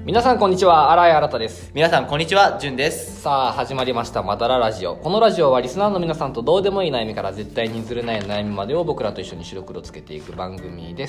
皆さんこんにちは、新井新です。 皆さんこんにちは、じゅんです。 さあ始まりましたまだらラジオ。このラジオはリスナーの皆さんとどうでもいい悩みから絶対にずれない悩みまでを僕らと一緒に白黒つけていく番組です。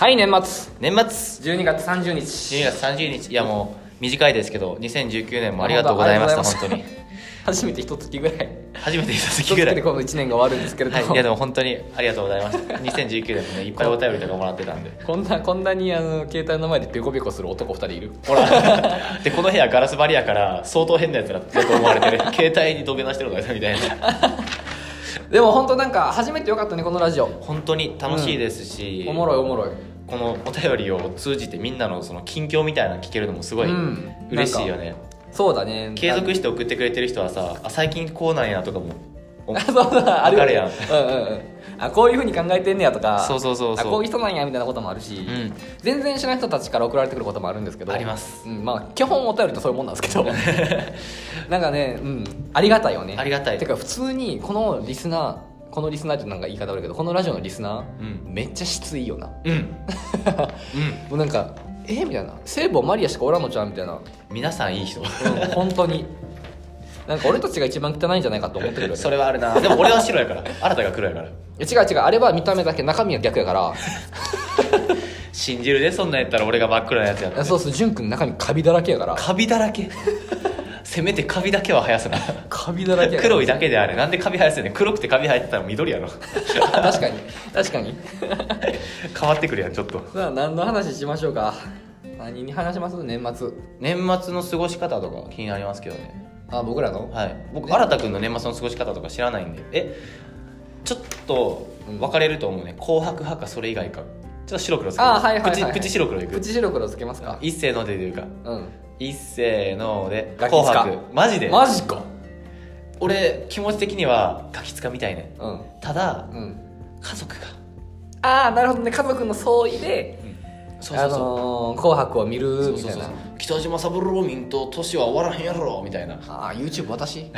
はい、年末12月30日 12月30日、いやもう短いですけど2019年もありがとうございました。本当に初めて一月ぐらいでこの1年が終わるんですけれども、 はい、いやでも本当にありがとうございました2019年もねいっぱいお便りとかもらってたんでこんなに携帯の前でペコペコする男2人いるほらでこの部屋ガラス張りやから相当変なやつだと思われてる携帯に土下座してるのかみたいなでも本当なんか初めてよかったね、このラジオ本当に楽しいですし、 おもろいこのお便りを通じてみんなのその近況みたいなの聞けるのもすごい嬉しいよね。 そうだね、 継続して送ってくれてる人はさ、最近こうなんやとかもそうだ、ある分かるやん。 こういう風に考えてんねやとか、 そうこういう人なんやみたいなこともあるし、全然知らない人たちから送られてくることもあるんですけど、 あります、 まあ基本お便りとそういうもんなんですけどなんかね、ありがたいよね。 ありがたい。 てか普通にこのリスナーってなんか言い方悪いけど、このラジオのリスナー、めっちゃ質いいよな。もうなんかみたいな、聖母マリアしかおらんのちゃうみたいな。 皆さんいい人、 本当になんか俺たちが一番汚いんじゃないかと思ってくるよね。 それはあるな。でも俺は白やから新たが黒やから。 違う、あれは見た目だけ、中身は逆やから信じるで、そんなんやったら俺が真っ黒なやつやって。 そう、潤くん中身カビだらけやから。 カビだらけせめてカビだけは生やすな。 カビだらけやから黒いだけであれ、なんでカビ生やすねん。黒くてカビ生えてたら緑やろ確かに変わってくるやんちょっと。 さあ何の話しましょうか。何に話します？年末の過ごし方とか気になりますけどね。 僕らの？ はい。僕新くんの年末の過ごし方とか知らないんで、ちょっと分かれると思うね。紅白派かそれ以外か。ちょっと白黒つけます。口白黒いく。 口白黒つけますか？ 一斉ので言うか。一斉ので紅白。マジで？ マジか。 俺気持ち的にはガキ使みたいね。ただ、家族が。 なるほどね。家族の総意で、紅白を見るみたいな。 北島三郎民と年は終わらへんやろみたいな。 YouTube 私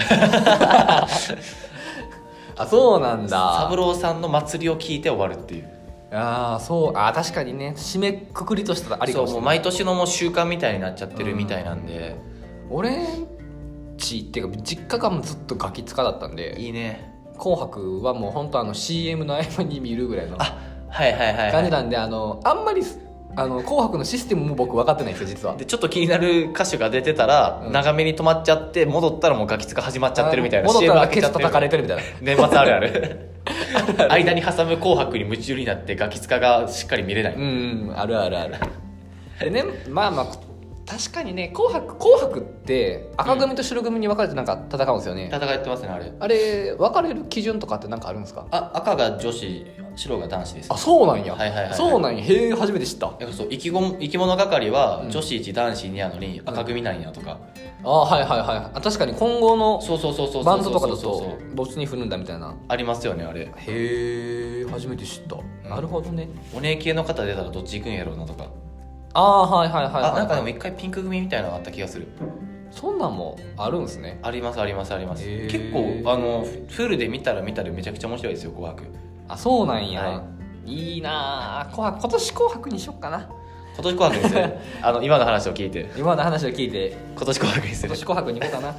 そうなんだ。 三郎さんの祭りを聞いて終わるっていう。 確かにね、締めくくりとしてはありかもしれない。 もう毎年のもう習慣みたいになっちゃってるみたいなんで、 俺んちっていうか実家がずっとガキ使だったんで、 いいね。 紅白はもう本当CM の合間に見るぐらいの感じなんで、あんまり紅白のシステムも僕分かってないんですよ実は。 でちょっと気になる歌手が出てたら、長めに止まっちゃって戻ったらもうガキ使始まっちゃってるみたいな。 戻ったらケツ叩かれてるみたいな年末あるある間に挟む紅白に夢中になってガキ使がしっかり見れない。 あるでね、確かにね、紅白って赤組と白組に分かれてなんか戦うんですよね。 戦ってますね。 あれ分かれる基準とかって何かあるんですか？ 赤が女子、白が男子です。 そうなんや。そうなんや。へえ、初めて知った。 そう、生き物係は女子1男子2やのに赤組なんやとか。 確かに今後のバンドとかだとボツに振るんだみたいなありますよね、あれ。 へえ、初めて知った。なるほどね。 お姉系の方出たらどっち行くんやろうなとか。 なんかでも一回ピンク組みたいなのがあった気がする。 そんなんもあるんですね。 あります。結構フルで見たらめちゃくちゃ面白いですよ、紅白。 そうなんや。いいなぁ。今年紅白にしよっかな。 今年紅白にする今の話を聞いて今年紅白にする。今年紅白に行こうかな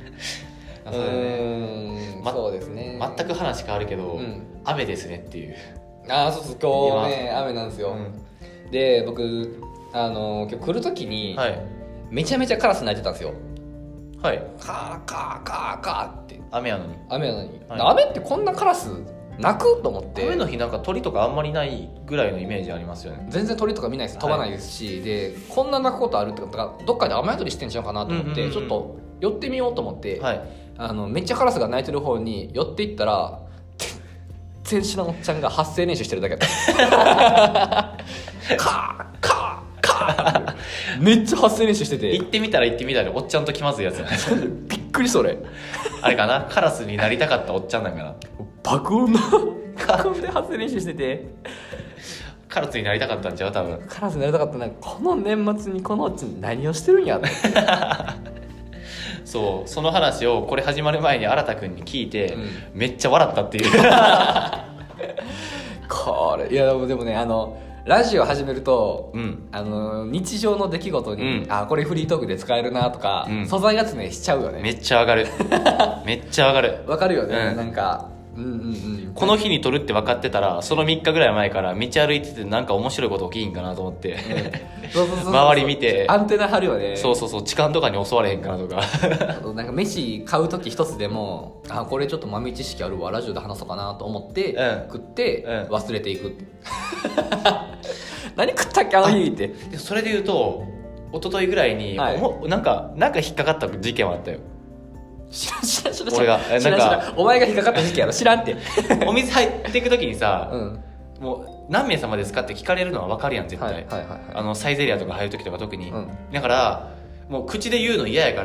そうですね。 全く話変わるけど、雨ですねっていう。 そう今日ね雨なんですよ。で僕今日来る時に、めちゃめちゃカラス鳴いてたんですよ。カーって雨やのに、 雨ってこんなカラス鳴くと思って。 雨の日なんか鳥とかあんまりないぐらいのイメージありますよね。 全然鳥とか見ないです。飛ばないですし、でこんな鳴くことあるってことがどっかで雨宿りしてんちゃうかなと思って、ちょっと寄ってみようと思って、めっちゃカラスが鳴いてる方に寄っていったら、全然知らんおっちゃんが発声練習してるだけだっためっちゃ発声練習してて、 行ってみたらおっちゃんと気まずいやつやねびっくりそれあれかな、カラスになりたかったおっちゃんなんかな。 爆音で発声練習してて、 カラスになりたかったんちゃう？多分カラスになりたかったな。この年末にこのおっちゃん何をしてるんやってその話をこれ始まる前に新くんに聞いて、めっちゃ笑ったっていうここれいやでもねラジオ始めると、日常の出来事に、これフリートークで使えるなとか、素材集めしちゃうよね。 めっちゃ上がるめっちゃ上がる。 わかるよね、なんかこの日に撮るって分かってたらその3日ぐらい前から道歩いててなんか面白いこと起きんかなと思って、周り見てアンテナ張るよね。 そう痴漢とかに襲われへんかなとかなんか飯買う時一つでもこれちょっと豆知識あるわラジオで話そうかなと思って、食って、忘れていく何食ったっけ日って。 それで言うと一昨日ぐらいに、なんか引っかかった事件はあったよ。 知らん俺がなんかお前が引っかかった時期やろ。知らんってお水入っていく時にさ、もう何名様ですかって聞かれるのは分かるやん絶対、サイゼリアとか入る時とか特に、だからもう口で言うの嫌やから、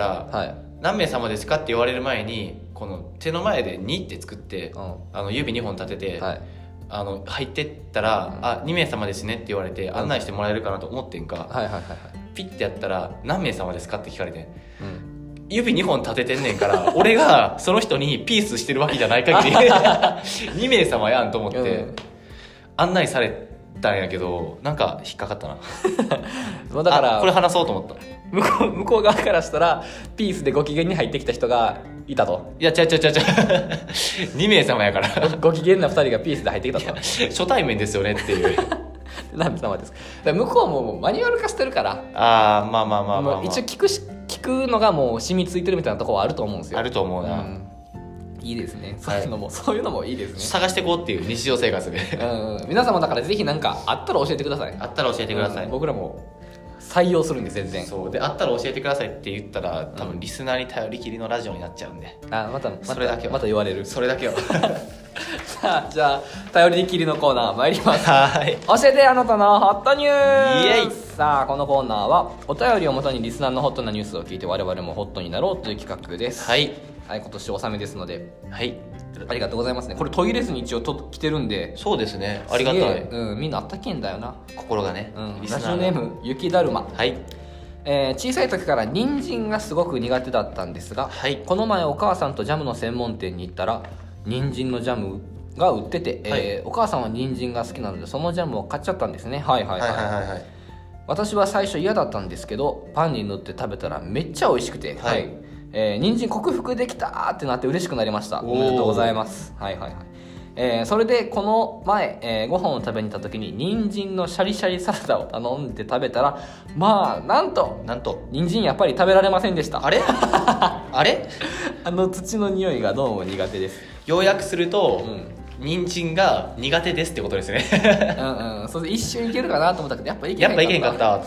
何名様ですかって言われる前にこの手の前で2って作って、指2本立てて、入ってったら、2名様ですねって言われて案内してもらえるかなと思ってんか、ピッてやったら何名様ですかって聞かれて、指2本立ててんねんから俺がその人にピースしてるわけじゃない限り2名様やんと思って、案内されたんやけどなんか引っかかったなだからこれ話そうと思った。 向こう側からしたらピースでご機嫌に入ってきた人がいたと。 いや違う2名様やからご機嫌な2人がピースで入ってきたと初対面ですよねっていう何様ですか。向こうもマニュアル化してるから、 まあ一応聞くのがもう染みついてるみたいなところはあると思うんですよ。 あると思うな、 いいですね、そういうのもいいですね。 探していこうっていう日常生活で皆様だからぜひ何かあったら教えてください。僕らも採用するんで全然。 そうであったら教えてくださいって言ったら多分リスナーに頼りきりのラジオになっちゃうんで、 またそれだけはまた言われる。 それだけはさあじゃあ頼りきりのコーナー参ります。 はい、 教えてあなたのホットニュース。 イエイ。 さあこのコーナーはお便りをもとにリスナーのホットなニュースを聞いて我々もホットになろうという企画です。 はい、 今年納めですので、 はい、 ありがとうございますね。これ途切れずに一応来てるんで。 そうですね、ありがたい。 みんなあったけんだよな心がね。 ラジオネーム雪だるま。 はい。 小さい時から人参がすごく苦手だったんですが、この前お母さんとジャムの専門店に行ったら人参のジャムが売ってて、お母さんは人参が好きなのでそのジャムを買っちゃったんですね。私は最初嫌だったんですけどパンに塗って食べたらめっちゃ美味しくて、人参克服できたってなって嬉しくなりました。おめでとうございます。それでこの前、ご飯を食べに行った時に人参のシャリシャリサラダを頼んで食べたらなんと人参やっぱり食べられませんでした。 あれあれ土の匂いがどうも苦手です。 要約すると、人参が苦手ですってことですねそれ一瞬いけるかなと思ったけどやっぱいけへんかった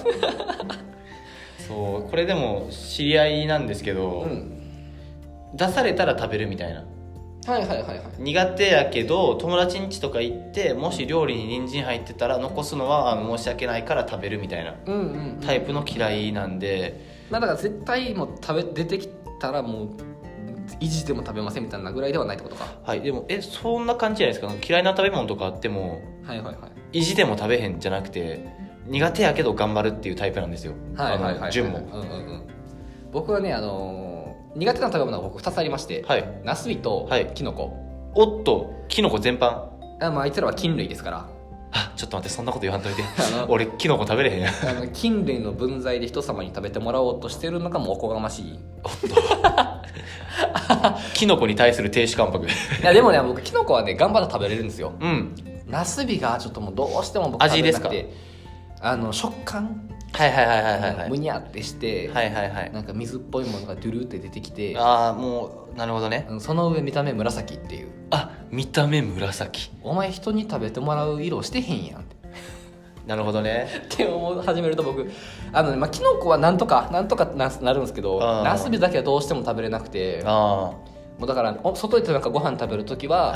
そうこれでも知り合いなんですけど、出されたら食べるみたいな。苦手やけど友達ん家とか行ってもし料理に人参入ってたら残すのは申し訳ないから食べるみたいなタイプの嫌いなんで、 だから絶対もう出てきたらもう意地でも食べませんみたいなぐらいではないってことか。 でもそんな感じじゃないですか。嫌いな食べ物とかあっても、意地でも食べへんじゃなくて苦手やけど頑張るっていうタイプなんですよ。順も。 僕はね苦手な食べ物が僕2つありまして、ナスビとキノコ。 おっとキノコ全般。 あいつらは菌類ですから。 ちょっと待ってそんなこと言わんといて俺キノコ食べれへんや菌類の分際で人様に食べてもらおうとしてるのがもうおこがましい。 おっとキノコに対する亭主関白。 でもね僕キノコはね頑張って食べれるんですよ。ナスビがちょっともうどうしても僕食べれなくて、食感むにゃってして、なんか水っぽいものがドゥルって出てきて、 もうなるほどね。 その上見た目紫っていう。 見た目紫。 お前人に食べてもらう色してへんやんって。 なるほどねって思い始めると僕キノコはなんとかなるんですけど、ナスビだけはどうしても食べれなくて、もうだから外でご飯食べるときは、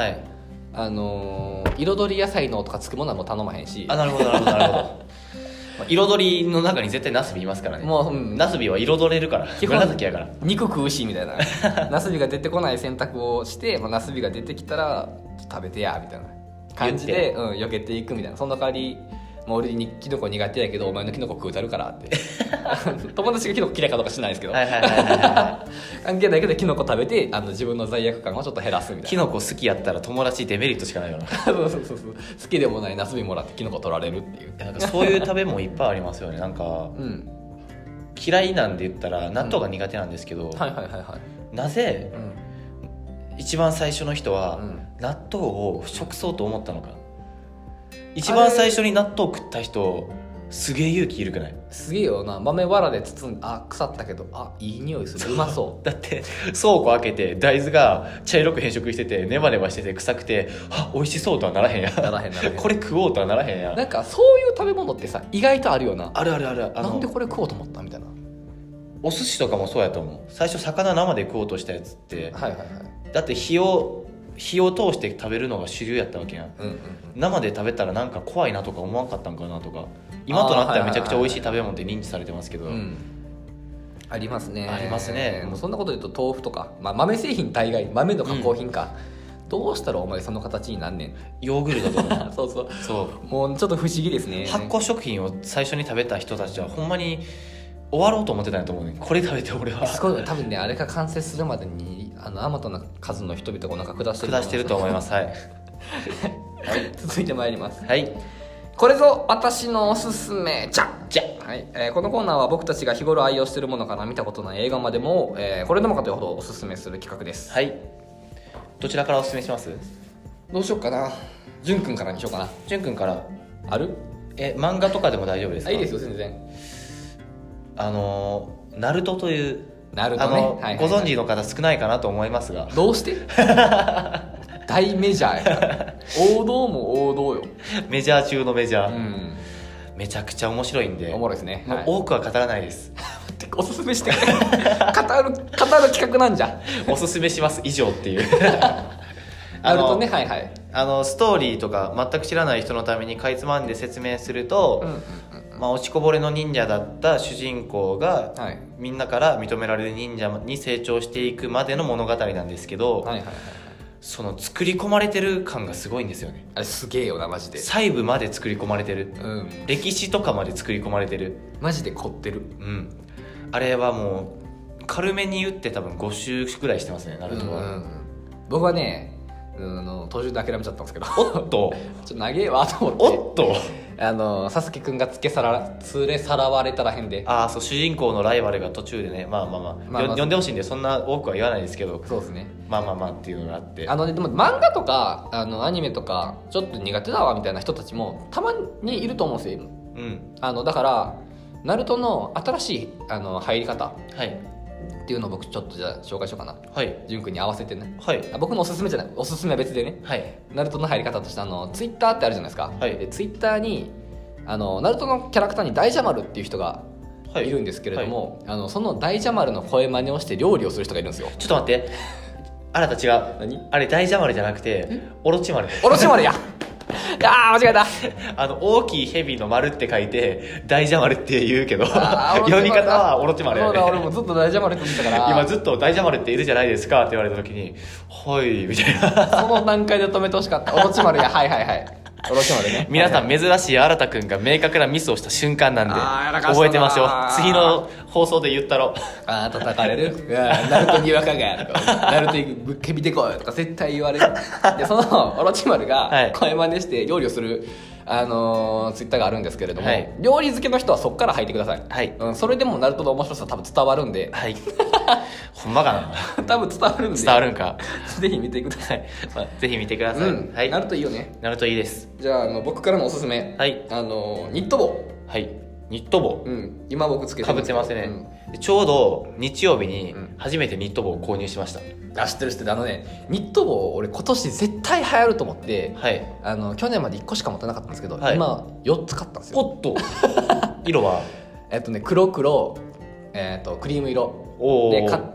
彩り野菜のとかつくものはもう頼まへんし。 なるほど彩りの中に絶対ナスビいますからね。もう、ナスビは彩れるから紫やから肉食うしみたいなナスビが出てこない選択をして、ナスビが出てきたら食べてやみたいな感じで避けていくみたいな。そんな代わりもう俺にキノコ苦手やけどお前のキノコ食うたるからって友達がキノコ嫌いかどうか知らないですけど関係ないけどキノコ食べて自分の罪悪感をちょっと減らすみたいな。 キノコ好きやったら友達デメリットしかないよなそう好きでもないナスビもらってキノコ取られるっていう。 なんかそういう食べ物いっぱいありますよね。なんか、うん、嫌いなんで言ったら納豆が苦手なんですけど、なぜ、一番最初の人は納豆を食そうと思ったのか。一番最初に納豆食った人すげえ勇気いるくない？ すげえよな。豆わらで包んで腐ったけどいい匂いする、うまそうだって倉庫開けて大豆が茶色く変色しててネバネバしてて臭くて美味しそうとはならへんやならへんこれ食おうとはならへんや。 なんかそういう食べ物ってさ意外とあるよな。 あるなんでこれ食おうと思ったみたいな。 お寿司とかもそうやと思う。最初魚生で食おうとしたやつって、だって火を通して食べるのが主流やったわけやん、生で食べたらなんか怖いなとか思わんかったんかなとか。今となってはめちゃくちゃ美味しい食べ物って認知されてますけど、 ありますね。 もうそんなこと言うと豆腐とか、豆製品大概豆の加工品か、どうしたらお前その形になんねん。 ヨーグルトとかそうもうちょっと不思議ですね。 発酵食品を最初に食べた人たちはほんまに終わろうと思ってたんやと思うね。これ食べて俺はすごい多分ね、あれが完成するまでにあまたの数の人々がお腹下してると思いますはい続いてまいります。 はい、 これぞ私のおすすめじゃ、はいこのコーナーは僕たちが日頃愛用しているものから見たことない映画までも、これでもかというほどおすすめする企画です。 はい、どちらからおすすめします？ どうしようかな。淳くんからにしようかな。 淳くんからある？ 漫画とかでも大丈夫ですか？ いいですよ全然。 ナルトというナルトね、 ご存知の方少ないかなと思いますが。 どうして大メジャーやから王道も王道よ。 メジャー中のメジャー、めちゃくちゃ面白いんで。 おもろいですね。 もう多くは語らないですおすすめして語る企画なんじゃおすすめします以上っていうナルトね、 ストーリーとか全く知らない人のためにかいつまんで説明すると、落ちこぼれの忍者だった主人公が、みんなから認められる忍者に成長していくまでの物語なんですけど、その作り込まれてる感がすごいんですよね。 あれすげえよなマジで。 細部まで作り込まれてる、歴史とかまで作り込まれてる。 マジで凝ってる。 あれはもう軽めに言って多分5周くらいしてますねナルトは。 僕はね途中で諦めちゃったんですけどおっとちょっと長えわと思って。 おっとサスケくんが連れさらわれたらへんで。 そう主人公のライバルが途中でね呼んでほしいんでそんな多くは言わないですけど。 そうですね。 っていうのがあって、 でも漫画とかアニメとかちょっと苦手だわみたいな人たちもたまにいると思うんですよ。だからナルトの新しい入り方っていうのを僕ちょっとじゃあ紹介しようかな。淳君に合わせてね。僕のおすすめじゃない、おすすめは別でね。ナルトの入り方としてツイッターってあるじゃないですか。でツイッターにナルトのキャラクターに大蛇丸っていう人がいるんですけれども、その大蛇丸の声真似をして料理をする人がいるんですよ。 ちょっと待って、あなた違う。何？あれ大蛇丸じゃなくてオロチマル。 オロチマルや間違えた大きい蛇の丸って書いて大蛇丸って言うけど読み方はオロチマルやね。 そうだ、俺もずっと大蛇丸って言ってたから今ずっと大蛇丸っているじゃないですかって言われた時にはいみたいなその段階で止めてほしかった。オロチマルやオロチマルね。 皆さん珍しい新くんが明確なミスをした瞬間なんで覚えてましょう。次の放送で言ったろ叩かれるナルトに違和感がとかナルトにぶっけびてこいとか絶対言われるでそのオロチマルが声真似して料理をするツイッターがあるんですけれども、料理好きの人はそこから入ってください。それでもナルトの面白さ多分伝わるんでほんまかな多分伝わるんで。 伝わるんかぜひ見てくださいぜひ見てください。 ナルトいいよね。 ナルトいいです。 じゃあ僕からのおすすめ、ニット帽。 ニット帽、 今僕つけてかぶってますね、ちょうど日曜日に初めてニット帽を購入しました。 知ってるニット帽俺今年絶対流行ると思って、去年まで1個しか持ってなかったんですけど、今4つ買ったんですよ。 おっと色は黒、クリーム色で買って、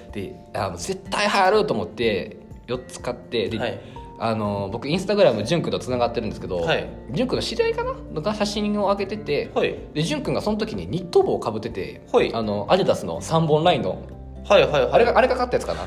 で絶対流行ると思って4つ買って、で僕インスタグラム淳君とつながってるんですけど、淳君の知り合いかなが写真を上げてて、で淳君がその時にニット帽をかぶってて、アディダスの3本ラインの、あれが買ったやつかな。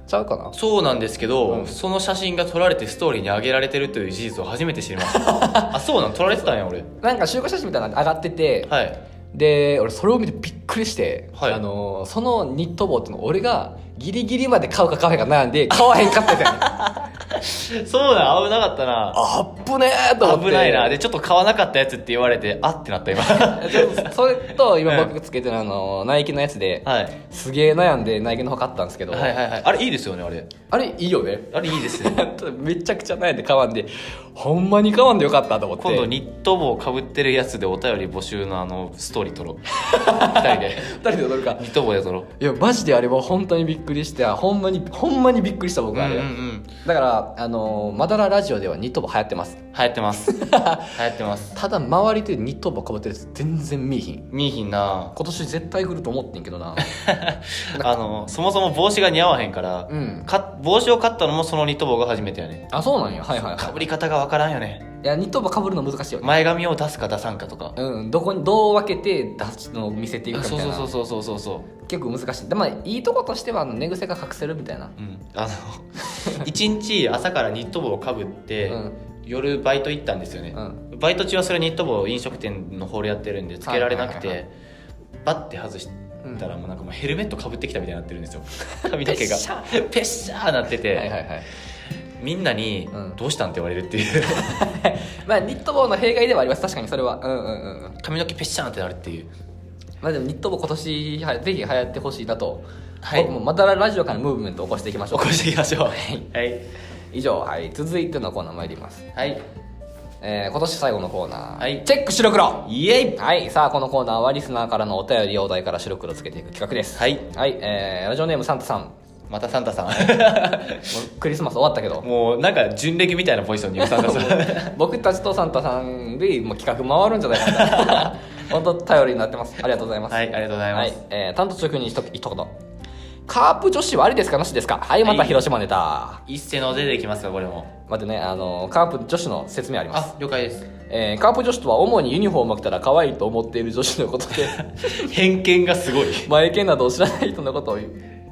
ちゃうかな。 そうなんですけど、その写真が撮られてストーリーに上げられてるという事実を初めて知りましたあ、そうなん撮られてたんや俺。 なんか集合写真みたいなの上がってて、はい、で俺それを見てびっくりして、はい、そのニット帽っていうのを俺がギリギリまで買うか買わへんか悩んで買わへんかったじゃんそうだ、危なかったな。 あっぶねーと思って。 危ないな。でちょっと買わなかったやつって言われてあってなった今それと今僕つけてるナイキのやつで、はい、すげえ悩んでナイキの方買ったんですけど、 はいはいはい、あれいいですよね。 あれいいよね。 あれいいですねめちゃくちゃ悩んで買わんで、ほんまに買わんでよかったと思って、 今度ニット帽かぶってるやつでお便り募集のストーリー撮ろう2人で撮るか。 ニット帽で撮ろう。 いやマジであれは本当にびっくりして、ほんまにびっくりした僕はあれ、だからまだらラジオではニット帽流行ってます。 流行ってますただ周りでニット帽かぶってるやつ全然見えひんな。 今年絶対来ると思ってんけどなそもそも帽子が似合わへんから、帽子を買ったのもそのニット帽が初めてやね。 あ、そうなんや。はいはいはい。 かぶり方がわからんよね。 いやニット帽かぶるの難しいよね。 前髪を出すか出さんかとか、 どう分けて出すのを見せていくかみたいな。 そう結構難しい。でもいいとことしては寝癖が隠せるみたいな。 一日朝からニット帽をかぶって、夜バイト行ったんですよね、バイト中はそれニット帽飲食店のホールやってるんでつけられなくて、バッて外したらもうなんかヘルメットかぶってきたみたいになってるんですよ髪の毛がペッシャーなってて、みんなにどうしたんって言われるっていうまあニット帽の弊害ではあります。確かにそれは髪の毛ペッシャーってなるっていう。 まあでもニット帽今年ぜひ流行ってほしいなと、僕もまたラジオからムーブメントを起こしていきましょう。はい以上、続いてのコーナー参ります。今年最後のコーナー、チェック白黒イエイ。さあこのコーナーはリスナーからのお便りをお題から白黒つけていく企画です。ラジオネームサンタさん。 またサンタさんもうクリスマス終わったけどもうなんか準レギみたいなポジションにいるサンタさん僕たちとサンタさんでもう企画回るんじゃないかな本当頼りになってます。ありがとうございます。 ありがとうございます。 担当直入に一言、カープ女子はありですかなしですか。また広島ネタ一斉の出てきますか。これも待ってね、カープ女子の説明あります。 了解です。 カープ女子とは主にユニフォームを着たら可愛いと思っている女子のことで偏見がすごい前見などを知らない人のことを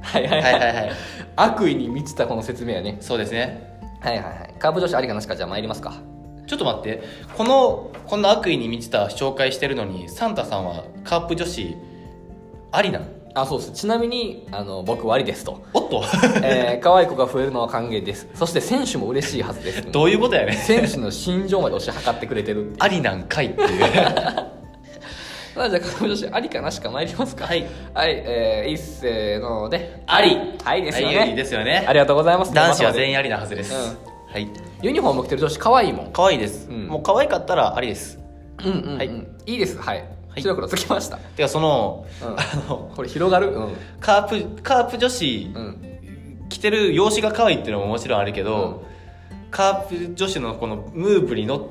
悪意に満ちたこの説明やね。 そうですね。 カープ女子ありかなしか。じゃあ参りますか。 ちょっと待って、こんな悪意に満ちた紹介してるのにサンタさんはカープ女子ありなの？ そうです。ちなみに僕はありですと。 おっと可愛い子が増えるのは歓迎です。そして選手も嬉しいはずです、 どういうことやね。 選手の心情まで推し量ってくれてるっていう。 ありなんかいっていうじゃあカープ女子ありかなしか参りますか。いっせーのであり。 ですよね。 いいですよね。 ありがとうございます。 男子は全員ありなはずです。 ユニフォーム着てる女子可愛いもん。 可愛いです、もう可愛かったらありです。 いいです。白黒つきました。 てかこれ広がる、 カープ女子、着てる容姿が可愛いっていうのももちろんあるけど、カープ女子のこのムーブに乗って、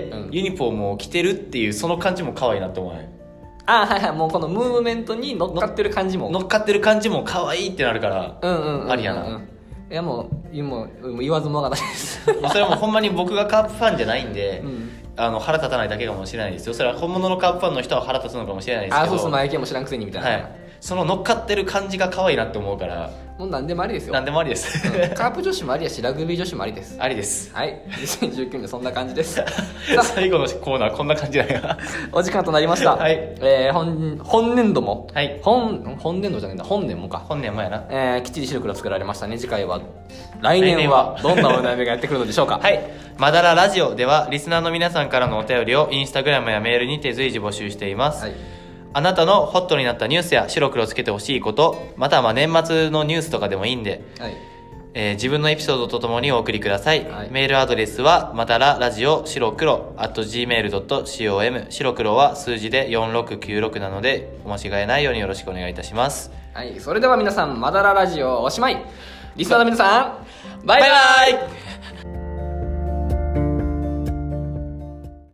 ユニフォームを着てるっていうその感じも可愛いなって思わない？ もうこのムーブメントに乗っかってる感じも可愛いってなるからありやな。 いやもう言わずもがなですそれはもうほんまに僕がカープファンじゃないんで、腹立たないだけかもしれないですよ。それは本物のカープファンの人は腹立つのかもしれないですけど、 そう前見も知らんくせにみたいな、 その乗っかってる感じが可愛いなって思うから、 もう何でもありですよ。 何でもありです、 カープ女子もありやしラグビー女子もありです。 ありです。 2019年そんな感じです最後のコーナーこんな感じだよお時間となりました。本年度も、本年度じゃないんだ、本年もか。 本年もやな。 きっちり白黒作られましたね。次回は来年はどんなお悩みがやってくるのでしょうか。 まだらラジオではリスナーの皆さんからのお便りをインスタグラムやメールにて随時募集しています。あなたのホットになったニュースや白黒つけてほしいこと、または年末のニュースとかでもいいんで、自分のエピソードとともにお送りください。メールアドレスはまたらラジオ白黒@gmail.com、 白黒は数字で4696なのでお間違えないようによろしくお願いいたします。 それでは皆さん、まだらラジオおしまい。リスナーの皆さん、バイバイ。